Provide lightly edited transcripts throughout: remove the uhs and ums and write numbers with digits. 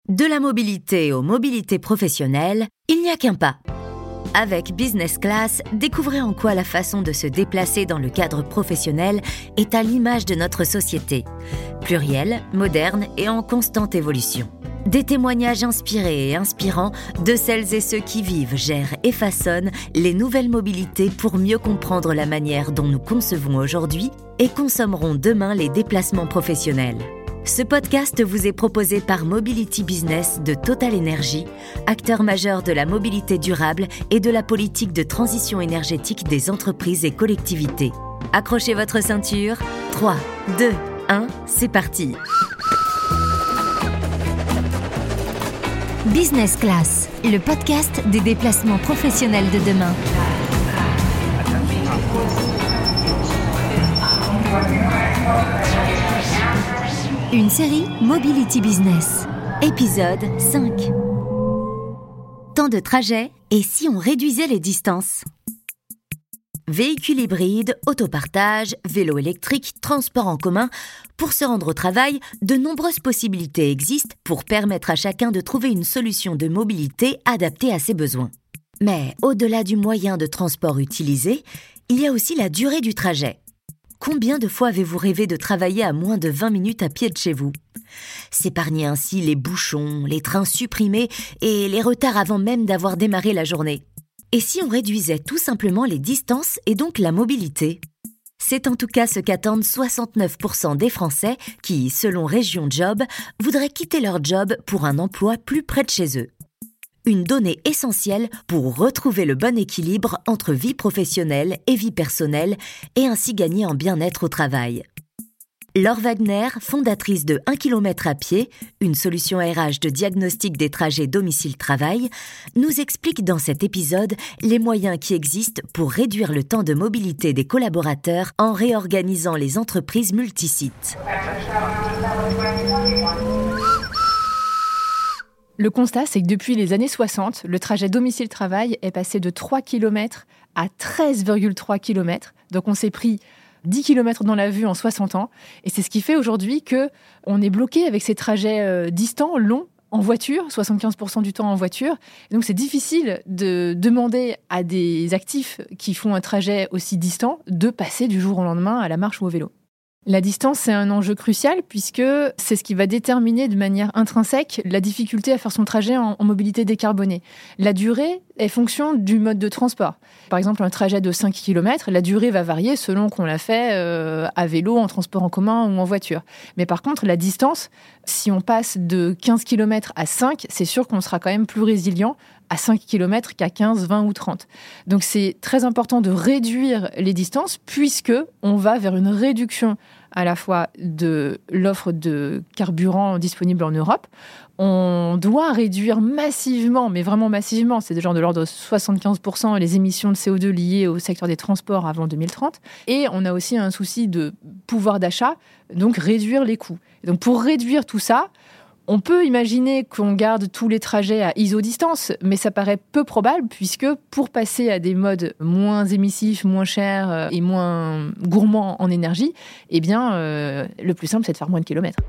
De la mobilité aux mobilités professionnelles, il n'y a qu'un pas. Avec Business Class, découvrez en quoi la façon de se déplacer dans le cadre professionnel est à l'image de notre société. Plurielle, moderne et en constante évolution. Des témoignages inspirés et inspirants de celles et ceux qui vivent, gèrent et façonnent les nouvelles mobilités pour mieux comprendre la manière dont nous concevons aujourd'hui et consommerons demain les déplacements professionnels. Ce podcast vous est proposé par Mobility Business de Total Energy, acteur majeur de la mobilité durable et de la politique de transition énergétique des entreprises et collectivités. Accrochez votre ceinture. 3, 2, 1, c'est parti. Business Class, le podcast des déplacements professionnels de demain. Une série Mobility Business. Épisode 5. Temps de trajet et si on réduisait les distances ? Véhicules hybrides, autopartage, vélo électrique, transport en commun. Pour se rendre au travail, de nombreuses possibilités existent pour permettre à chacun de trouver une solution de mobilité adaptée à ses besoins. Mais au-delà du moyen de transport utilisé, il y a aussi la durée du trajet. Combien de fois avez-vous rêvé de travailler à moins de 20 minutes à pied de chez vous ? S'épargner ainsi les bouchons, les trains supprimés et les retards avant même d'avoir démarré la journée. Et si on réduisait tout simplement les distances et donc la mobilité ? C'est en tout cas ce qu'attendent 69% des Français qui, selon Région Job, voudraient quitter leur job pour un emploi plus près de chez eux. Une donnée essentielle pour retrouver le bon équilibre entre vie professionnelle et vie personnelle et ainsi gagner en bien-être au travail. Laure Wagner, fondatrice de 1 km à pied, une solution RH de diagnostic des trajets domicile-travail, nous explique dans cet épisode les moyens qui existent pour réduire le temps de mobilité des collaborateurs en réorganisant les entreprises multisites. Le constat, c'est que depuis les années 60, le trajet domicile-travail est passé de 3 km à 13,3 km. Donc on s'est pris 10 km dans la vue en 60 ans. Et c'est ce qui fait aujourd'hui qu'on est bloqué avec ces trajets distants, longs, en voiture, 75% du temps en voiture. Et donc c'est difficile de demander à des actifs qui font un trajet aussi distant de passer du jour au lendemain à la marche ou au vélo. La distance, c'est un enjeu crucial puisque c'est ce qui va déterminer de manière intrinsèque la difficulté à faire son trajet en mobilité décarbonée. La durée est fonction du mode de transport. Par exemple, un trajet de 5 km, la durée va varier selon qu'on l'a fait à vélo, en transport en commun ou en voiture. Mais par contre, la distance, si on passe de 15 km à 5, c'est sûr qu'on sera quand même plus résilient à 5 km qu'à 15, 20 ou 30. Donc c'est très important de réduire les distances puisque on va vers une réduction à la fois de l'offre de carburant disponible en Europe. On doit réduire massivement, mais vraiment massivement, c'est genre de l'ordre de 75% les émissions de CO2 liées au secteur des transports avant 2030. Et on a aussi un souci de pouvoir d'achat, donc réduire les coûts. Et donc pour réduire tout ça, on peut imaginer qu'on garde tous les trajets à isodistance, mais ça paraît peu probable puisque pour passer à des modes moins émissifs, moins chers et moins gourmands en énergie, eh bien, le plus simple, c'est de faire moins de kilomètres.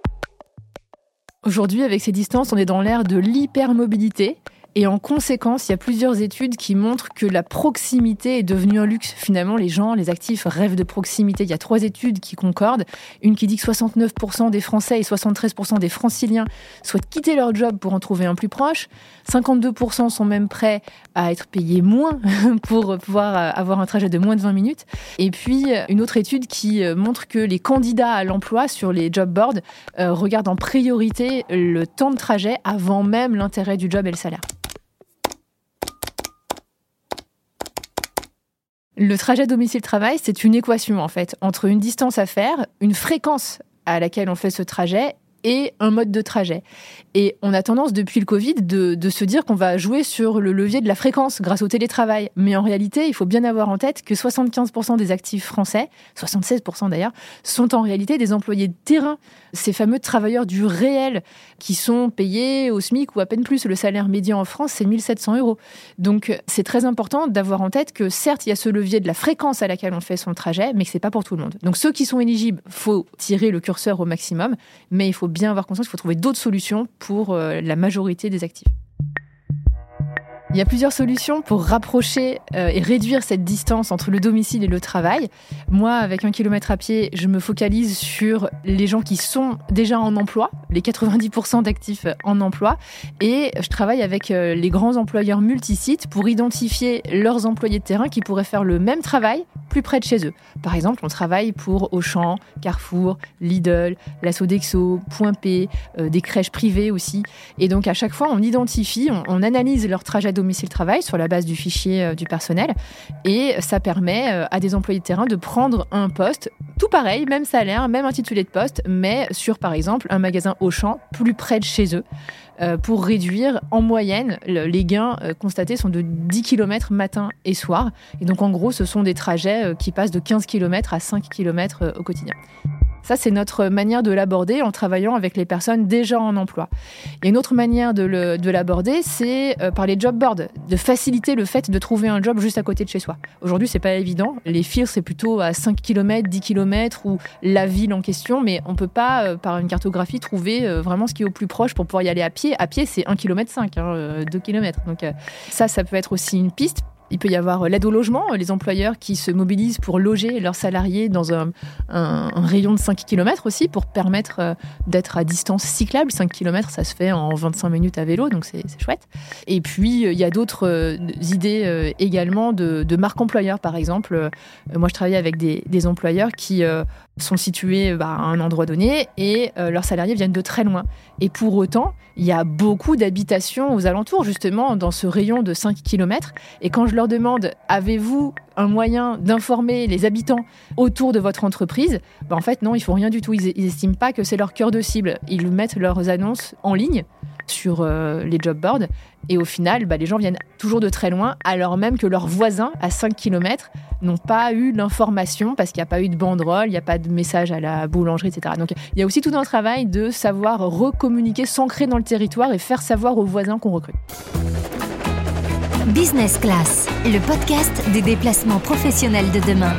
Aujourd'hui, avec ces distances, on est dans l'ère de l'hypermobilité. Et en conséquence, il y a plusieurs études qui montrent que la proximité est devenue un luxe. Finalement, les gens, les actifs rêvent de proximité. Il y a 3 études qui concordent. Une qui dit que 69% des Français et 73% des Franciliens souhaitent quitter leur job pour en trouver un plus proche. 52% sont même prêts à être payés moins pour pouvoir avoir un trajet de moins de 20 minutes. Et puis, une autre étude qui montre que les candidats à l'emploi sur les job boards regardent en priorité le temps de trajet avant même l'intérêt du job et le salaire. Le trajet domicile-travail, c'est une équation en fait entre une distance à faire, une fréquence à laquelle on fait ce trajet et un mode de trajet. Et on a tendance, depuis le Covid, de se dire qu'on va jouer sur le levier de la fréquence grâce au télétravail. Mais en réalité, il faut bien avoir en tête que 75% des actifs français, 76% d'ailleurs, sont en réalité des employés de terrain. Ces fameux travailleurs du réel qui sont payés au SMIC ou à peine plus. Le salaire médian en France, c'est 1 700 €. Donc, c'est très important d'avoir en tête que certes, il y a ce levier de la fréquence à laquelle on fait son trajet, mais que c'est pas pour tout le monde. Donc, ceux qui sont éligibles, faut tirer le curseur au maximum, mais il faut bien avoir conscience qu'il faut trouver d'autres solutions pour la majorité des actifs. Il y a plusieurs solutions pour rapprocher et réduire cette distance entre le domicile et le travail. Moi, avec 1 kilomètre à pied, je me focalise sur les gens qui sont déjà en emploi, les 90% d'actifs en emploi, et je travaille avec les grands employeurs multisites pour identifier leurs employés de terrain qui pourraient faire le même travail plus près de chez eux. Par exemple, on travaille pour Auchan, Carrefour, Lidl, la Sodexo, Point P, des crèches privées aussi. Et donc, à chaque fois, on identifie, on analyse leur trajet domicile-travail sur la base du fichier du personnel. Et ça permet à des employés de terrain de prendre un poste, tout pareil, même salaire, même intitulé de poste, mais sur, par exemple, un magasin Auchan plus près de chez eux, pour réduire en moyenne, les gains constatés sont de 10 km matin et soir. Et donc, en gros, ce sont des trajets qui passent de 15 km à 5 km au quotidien. Ça, c'est notre manière de l'aborder en travaillant avec les personnes déjà en emploi. Il y a une autre manière de l'aborder, c'est par les job boards, de faciliter le fait de trouver un job juste à côté de chez soi. Aujourd'hui, c'est pas évident. Les FIR, c'est plutôt à 5 km, 10 km ou la ville en question, mais on peut pas, par une cartographie, trouver vraiment ce qui est au plus proche pour pouvoir y aller à pied. À pied, c'est 1,5 km, 2 km. Donc ça peut être aussi une piste. Il peut y avoir l'aide au logement, les employeurs qui se mobilisent pour loger leurs salariés dans un rayon de 5 km aussi, pour permettre d'être à distance cyclable. 5 km, ça se fait en 25 minutes à vélo, donc c'est chouette. Et puis, il y a d'autres idées également de marque employeur, par exemple. Moi, je travaille avec des employeurs qui sont situés à un endroit donné et leurs salariés viennent de très loin. Et pour autant, il y a beaucoup d'habitations aux alentours, justement, dans ce rayon de 5 km. Et quand je leur demande, avez-vous un moyen d'informer les habitants autour de votre entreprise ? En fait, non, ils font rien du tout. Ils n'estiment pas que c'est leur cœur de cible. Ils mettent leurs annonces en ligne sur les job boards. Et au final, les gens viennent toujours de très loin, alors même que leurs voisins, à 5 km, n'ont pas eu l'information parce qu'il n'y a pas eu de banderole, il n'y a pas de message à la boulangerie, etc. Donc, il y a aussi tout un travail de savoir recommuniquer, s'ancrer dans le territoire et faire savoir aux voisins qu'on recrute. Business Class, le podcast des déplacements professionnels de demain.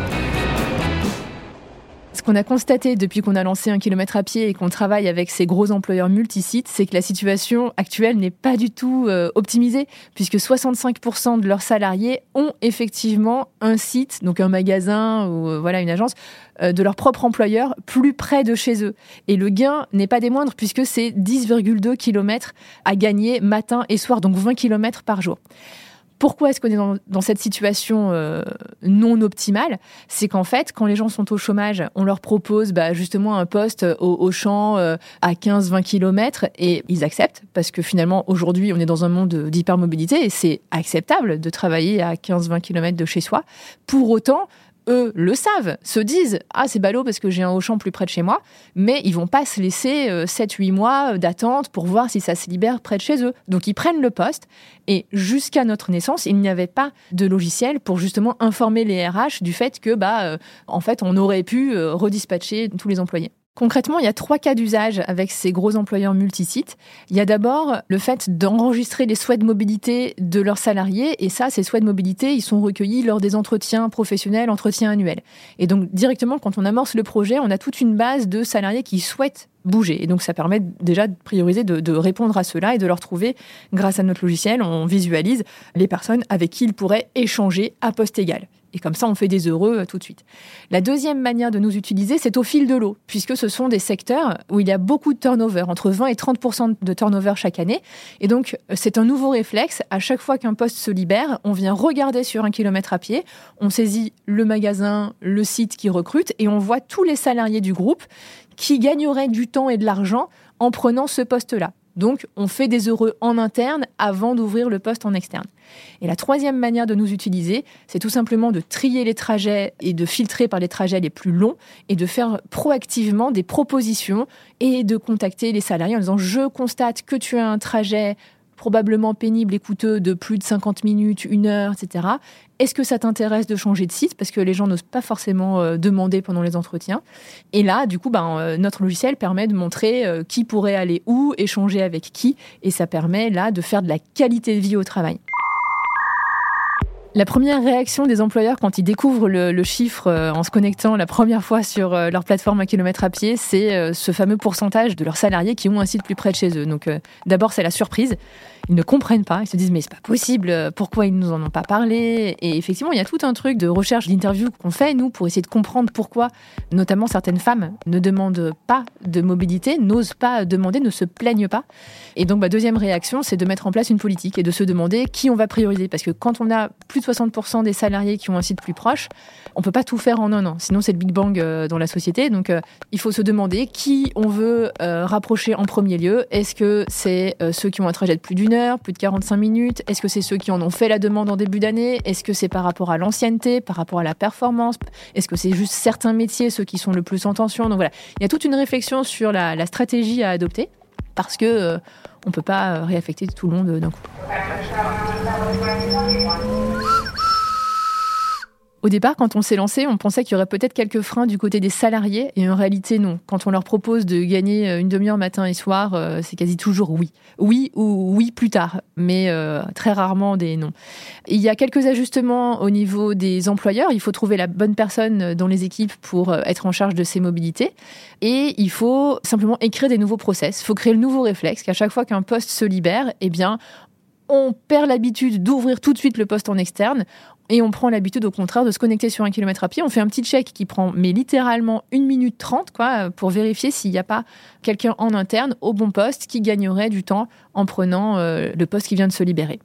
Ce qu'on a constaté depuis qu'on a lancé 1 kilomètre à pied et qu'on travaille avec ces gros employeurs multisites, c'est que la situation actuelle n'est pas du tout optimisée, puisque 65% de leurs salariés ont effectivement un site, donc un magasin ou une agence, de leur propre employeur plus près de chez eux. Et le gain n'est pas des moindres, puisque c'est 10,2 km à gagner matin et soir, donc 20 km par jour. Pourquoi est-ce qu'on est dans cette situation non optimale ? C'est qu'en fait, quand les gens sont au chômage, on leur propose justement un poste au champ à 15-20 km et ils acceptent parce que finalement, aujourd'hui, on est dans un monde d'hypermobilité et c'est acceptable de travailler à 15-20 km de chez soi. Pour autant, eux le savent, se disent « Ah, c'est ballot parce que j'ai un Auchan plus près de chez moi », mais ils vont pas se laisser 7-8 mois d'attente pour voir si ça se libère près de chez eux. Donc, ils prennent le poste et jusqu'à notre naissance, il n'y avait pas de logiciel pour justement informer les RH du fait que, en fait, on aurait pu redispatcher tous les employés. Concrètement, il y a 3 cas d'usage avec ces gros employeurs multisites. Il y a d'abord le fait d'enregistrer les souhaits de mobilité de leurs salariés. Et ça, ces souhaits de mobilité, ils sont recueillis lors des entretiens professionnels, entretiens annuels. Et donc, directement, quand on amorce le projet, on a toute une base de salariés qui souhaitent bouger. Et donc, ça permet déjà de prioriser, de répondre à cela et de leur trouver, grâce à notre logiciel, on visualise les personnes avec qui ils pourraient échanger à poste égal. Et comme ça, on fait des heureux tout de suite. La deuxième manière de nous utiliser, c'est au fil de l'eau, puisque ce sont des secteurs où il y a beaucoup de turnover, entre 20 et 30% de turnover chaque année. Et donc, c'est un nouveau réflexe. À chaque fois qu'un poste se libère, on vient regarder sur 1 kilomètre à pied, on saisit le magasin, le site qui recrute, et on voit tous les salariés du groupe qui gagneraient du temps et de l'argent en prenant ce poste-là. Donc, on fait des heureux en interne avant d'ouvrir le poste en externe. Et la troisième manière de nous utiliser, c'est tout simplement de trier les trajets et de filtrer par les trajets les plus longs et de faire proactivement des propositions et de contacter les salariés en disant « Je constate que tu as un trajet probablement pénible et coûteux de plus de 50 minutes, 1 heure, etc. Est-ce que ça t'intéresse de changer de site ? Parce que les gens n'osent pas forcément demander pendant les entretiens. Et là, du coup, notre logiciel permet de montrer qui pourrait aller où, échanger avec qui. Et ça permet là de faire de la qualité de vie au travail. La première réaction des employeurs quand ils découvrent le chiffre en se connectant la première fois sur leur plateforme 1 km à pied, c'est ce fameux pourcentage de leurs salariés qui ont un site plus près de chez eux. Donc d'abord, c'est la surprise. Ils ne comprennent pas. Ils se disent mais c'est pas possible. Pourquoi ils nous en ont pas parlé? Et effectivement, il y a tout un truc de recherche, d'interview qu'on fait nous pour essayer de comprendre pourquoi, notamment certaines femmes ne demandent pas de mobilité, n'osent pas demander, ne se plaignent pas. Et donc, deuxième réaction, c'est de mettre en place une politique et de se demander qui on va prioriser. Parce que quand on a plus de 60% des salariés qui ont un site plus proche, on peut pas tout faire en un an. Sinon, c'est le Big Bang dans la société. Donc, il faut se demander qui on veut rapprocher en premier lieu. Est-ce que c'est ceux qui ont un trajet de plus d'une heure, plus de 45 minutes? Est-ce que c'est ceux qui en ont fait la demande en début d'année? Est-ce que c'est par rapport à l'ancienneté, par rapport à la performance? Est-ce que c'est juste certains métiers, ceux qui sont le plus en tension? Donc voilà, il y a toute une réflexion sur la stratégie à adopter parce que on peut pas réaffecter tout le monde d'un coup. Au départ, quand on s'est lancé, on pensait qu'il y aurait peut-être quelques freins du côté des salariés. Et en réalité, non. Quand on leur propose de gagner une demi-heure matin et soir, c'est quasi toujours oui. Oui ou oui plus tard, mais très rarement des non. Il y a quelques ajustements au niveau des employeurs. Il faut trouver la bonne personne dans les équipes pour être en charge de ces mobilités. Et il faut simplement écrire des nouveaux process. Il faut créer le nouveau réflexe qu'à chaque fois qu'un poste se libère, eh bien, on perd l'habitude d'ouvrir tout de suite le poste en externe. Et on prend l'habitude, au contraire, de se connecter sur 1 km à pied. On fait un petit check qui prend littéralement 1 minute 30 pour vérifier s'il n'y a pas quelqu'un en interne au bon poste qui gagnerait du temps en prenant le poste qui vient de se libérer.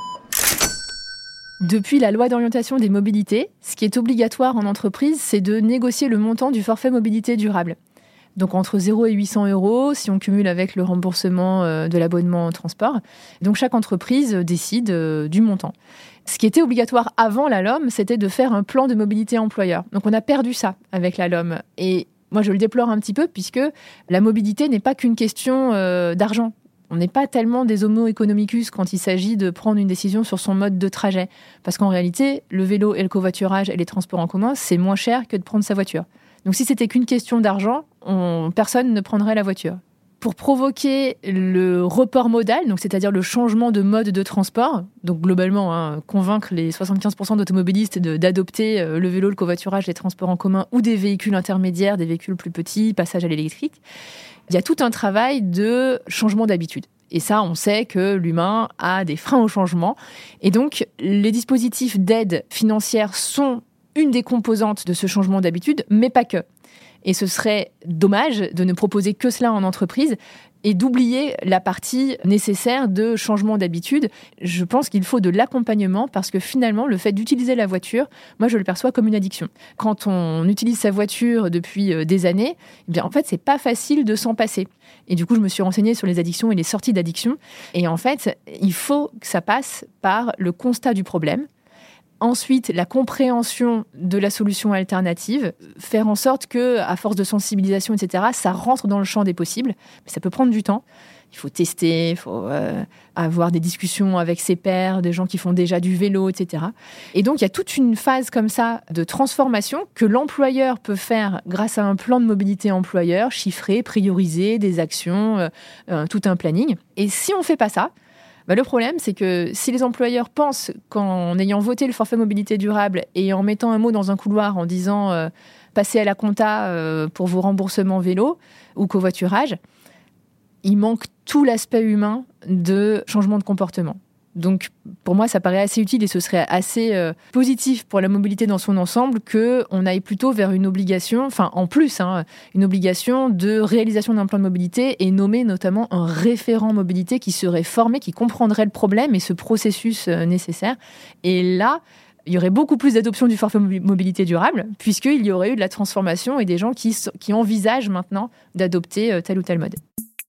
Depuis la loi d'orientation des mobilités, ce qui est obligatoire en entreprise, c'est de négocier le montant du forfait mobilité durable. Donc entre 0 et 800 € si on cumule avec le remboursement de l'abonnement en transport. Donc chaque entreprise décide du montant. Ce qui était obligatoire avant la LOM, c'était de faire un plan de mobilité employeur. Donc on a perdu ça avec la LOM. Et moi je le déplore un petit peu puisque la mobilité n'est pas qu'une question d'argent. On n'est pas tellement des homo economicus quand il s'agit de prendre une décision sur son mode de trajet. Parce qu'en réalité, le vélo et le covoiturage et les transports en commun, c'est moins cher que de prendre sa voiture. Donc si c'était qu'une question d'argent, personne ne prendrait la voiture. Pour provoquer le report modal, donc c'est-à-dire le changement de mode de transport, donc globalement, convaincre les 75% d'automobilistes d'adopter le vélo, le covoiturage, les transports en commun ou des véhicules intermédiaires, des véhicules plus petits, passage à l'électrique, il y a tout un travail de changement d'habitude. Et ça, on sait que l'humain a des freins au changement. Et donc, les dispositifs d'aide financière sont une des composantes de ce changement d'habitude, mais pas que. Et ce serait dommage de ne proposer que cela en entreprise et d'oublier la partie nécessaire de changement d'habitude. Je pense qu'il faut de l'accompagnement parce que finalement, le fait d'utiliser la voiture, moi, je le perçois comme une addiction. Quand on utilise sa voiture depuis des années, eh bien, en fait, c'est pas facile de s'en passer. Et du coup, je me suis renseignée sur les addictions et les sorties d'addiction. Et en fait, il faut que ça passe par le constat du problème. Ensuite, la compréhension de la solution alternative, faire en sorte que, à force de sensibilisation, etc., ça rentre dans le champ des possibles. Mais ça peut prendre du temps. Il faut tester, il faut avoir des discussions avec ses pairs, des gens qui font déjà du vélo, etc. Et donc, il y a toute une phase comme ça de transformation que l'employeur peut faire grâce à un plan de mobilité employeur, chiffré, priorisé, des actions, tout un planning. Et si on ne fait pas ça, le problème, c'est que si les employeurs pensent qu'en ayant voté le forfait mobilité durable et en mettant un mot dans un couloir en disant passez à la compta pour vos remboursements vélo ou covoiturage, il manque tout l'aspect humain de changement de comportement. Donc, pour moi, ça paraît assez utile et ce serait assez positif pour la mobilité dans son ensemble qu'on aille plutôt vers une obligation, une obligation de réalisation d'un plan de mobilité et nommer notamment un référent mobilité qui serait formé, qui comprendrait le problème et ce processus nécessaire. Et là, il y aurait beaucoup plus d'adoption du forfait mobilité durable puisqu'il y aurait eu de la transformation et des gens qui envisagent maintenant d'adopter tel ou tel mode.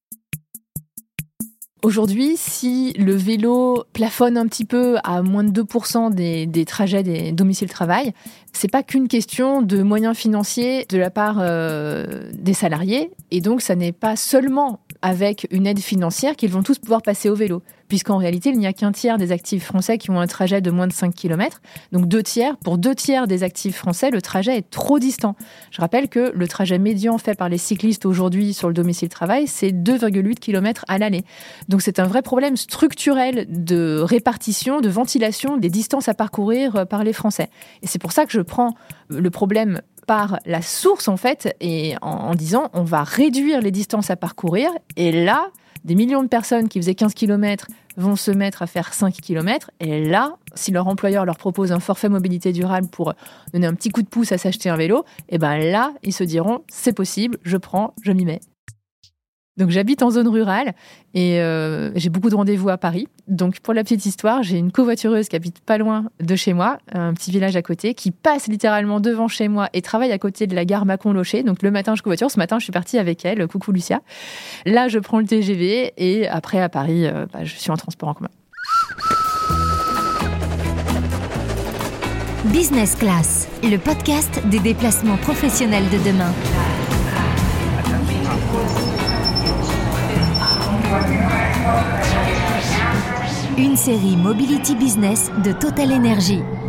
Aujourd'hui, si le vélo plafonne un petit peu à moins de 2% des trajets des domiciles-travail, c'est pas qu'une question de moyens financiers de la part des salariés. Et donc, ça n'est pas seulement avec une aide financière qu'ils vont tous pouvoir passer au vélo. puisqu'en réalité, il n'y a qu'un tiers des actifs français qui ont un trajet de moins de 5 km. Donc pour 2 tiers des actifs français, le trajet est trop distant. Je rappelle que le trajet médian fait par les cyclistes aujourd'hui sur le domicile-travail, c'est 2,8 km à l'aller. Donc c'est un vrai problème structurel de répartition, de ventilation des distances à parcourir par les Français. Et c'est pour ça que je prends le problème par la source, en fait, et en disant on va réduire les distances à parcourir. Et là, des millions de personnes qui faisaient 15 km vont se mettre à faire 5 km. Et là, si leur employeur leur propose un forfait mobilité durable pour donner un petit coup de pouce à s'acheter un vélo, et ben là, ils se diront c'est possible, je prends, je m'y mets. Donc j'habite en zone rurale et j'ai beaucoup de rendez-vous à Paris. Donc pour la petite histoire, j'ai une covoitureuse qui habite pas loin de chez moi, un petit village à côté, qui passe littéralement devant chez moi et travaille à côté de la gare Mâcon-Locher. Donc le matin, je covoiture. Ce matin, je suis partie avec elle. Coucou Lucia. Là, je prends le TGV et après à Paris, je suis en transport en commun. Business Class, le podcast des déplacements professionnels de demain. Une série Mobility Business de Total Energy.